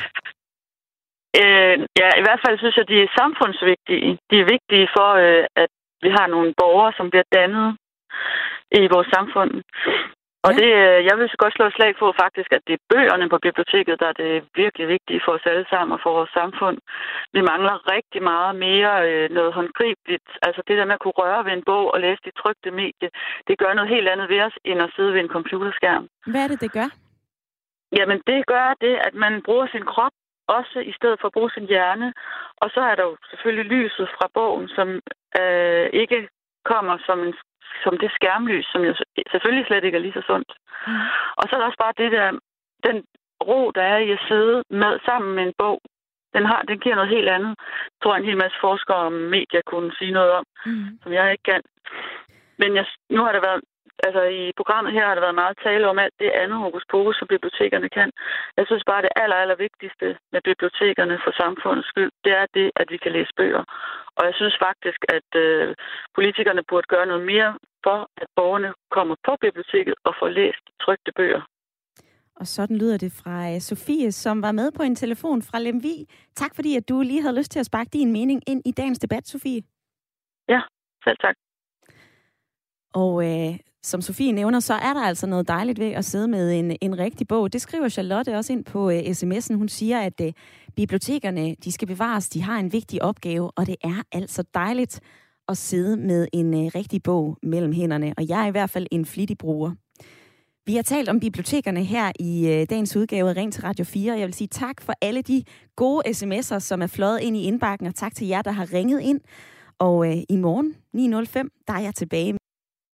Ja, i hvert fald synes jeg, de er samfundsvigtige. De er vigtige for, at vi har nogle borgere, som bliver dannet i vores samfund. Og det, jeg vil så godt slå et slag på faktisk, at det er bøgerne på biblioteket, der er det virkelig vigtige for os alle sammen og for vores samfund. Vi mangler rigtig meget mere noget håndgribeligt. Altså det der med at kunne røre ved en bog og læse de trykte medier, det gør noget helt andet ved os, end at sidde ved en computerskærm. Hvad er det gør? Jamen det gør det, at man bruger sin krop også i stedet for at bruge sin hjerne. Og så er der jo selvfølgelig lyset fra bogen, som ikke kommer som det skærmlys, som jo selvfølgelig slet ikke er lige så sundt. Og så er der også bare det der, den ro, der er i at sidde med sammen med en bog. Den giver noget helt andet. Jeg tror, en hel masse forskere om medier kunne sige noget om, som jeg ikke kan. Men nu har det været, altså i programmet her har der været meget tale om alt det andet hokus pokus, som bibliotekerne kan. Jeg synes bare, det aller vigtigste med bibliotekerne for samfundets skyld, det er det, at vi kan læse bøger. Og jeg synes faktisk, at politikerne burde gøre noget mere for, at borgerne kommer på biblioteket og får læst trykte bøger. Og sådan lyder det fra Sofie, som var med på en telefon fra Lemvig. Tak fordi, at du lige havde lyst til at sparke din mening ind i dagens debat, Sofie. Ja, selv tak. Og som Sofie nævner, så er der altså noget dejligt ved at sidde med en rigtig bog. Det skriver Charlotte også ind på sms'en. Hun siger, at bibliotekerne, de skal bevares, de har en vigtig opgave, og det er altså dejligt at sidde med en rigtig bog mellem hænderne. Og jeg er i hvert fald en flittig bruger. Vi har talt om bibliotekerne her i dagens udgave af Ring til Radio 4. Jeg vil sige tak for alle de gode sms'er, som er fløjet ind i indbakken, og tak til jer, der har ringet ind. Og i morgen 9:05, der er jeg tilbage.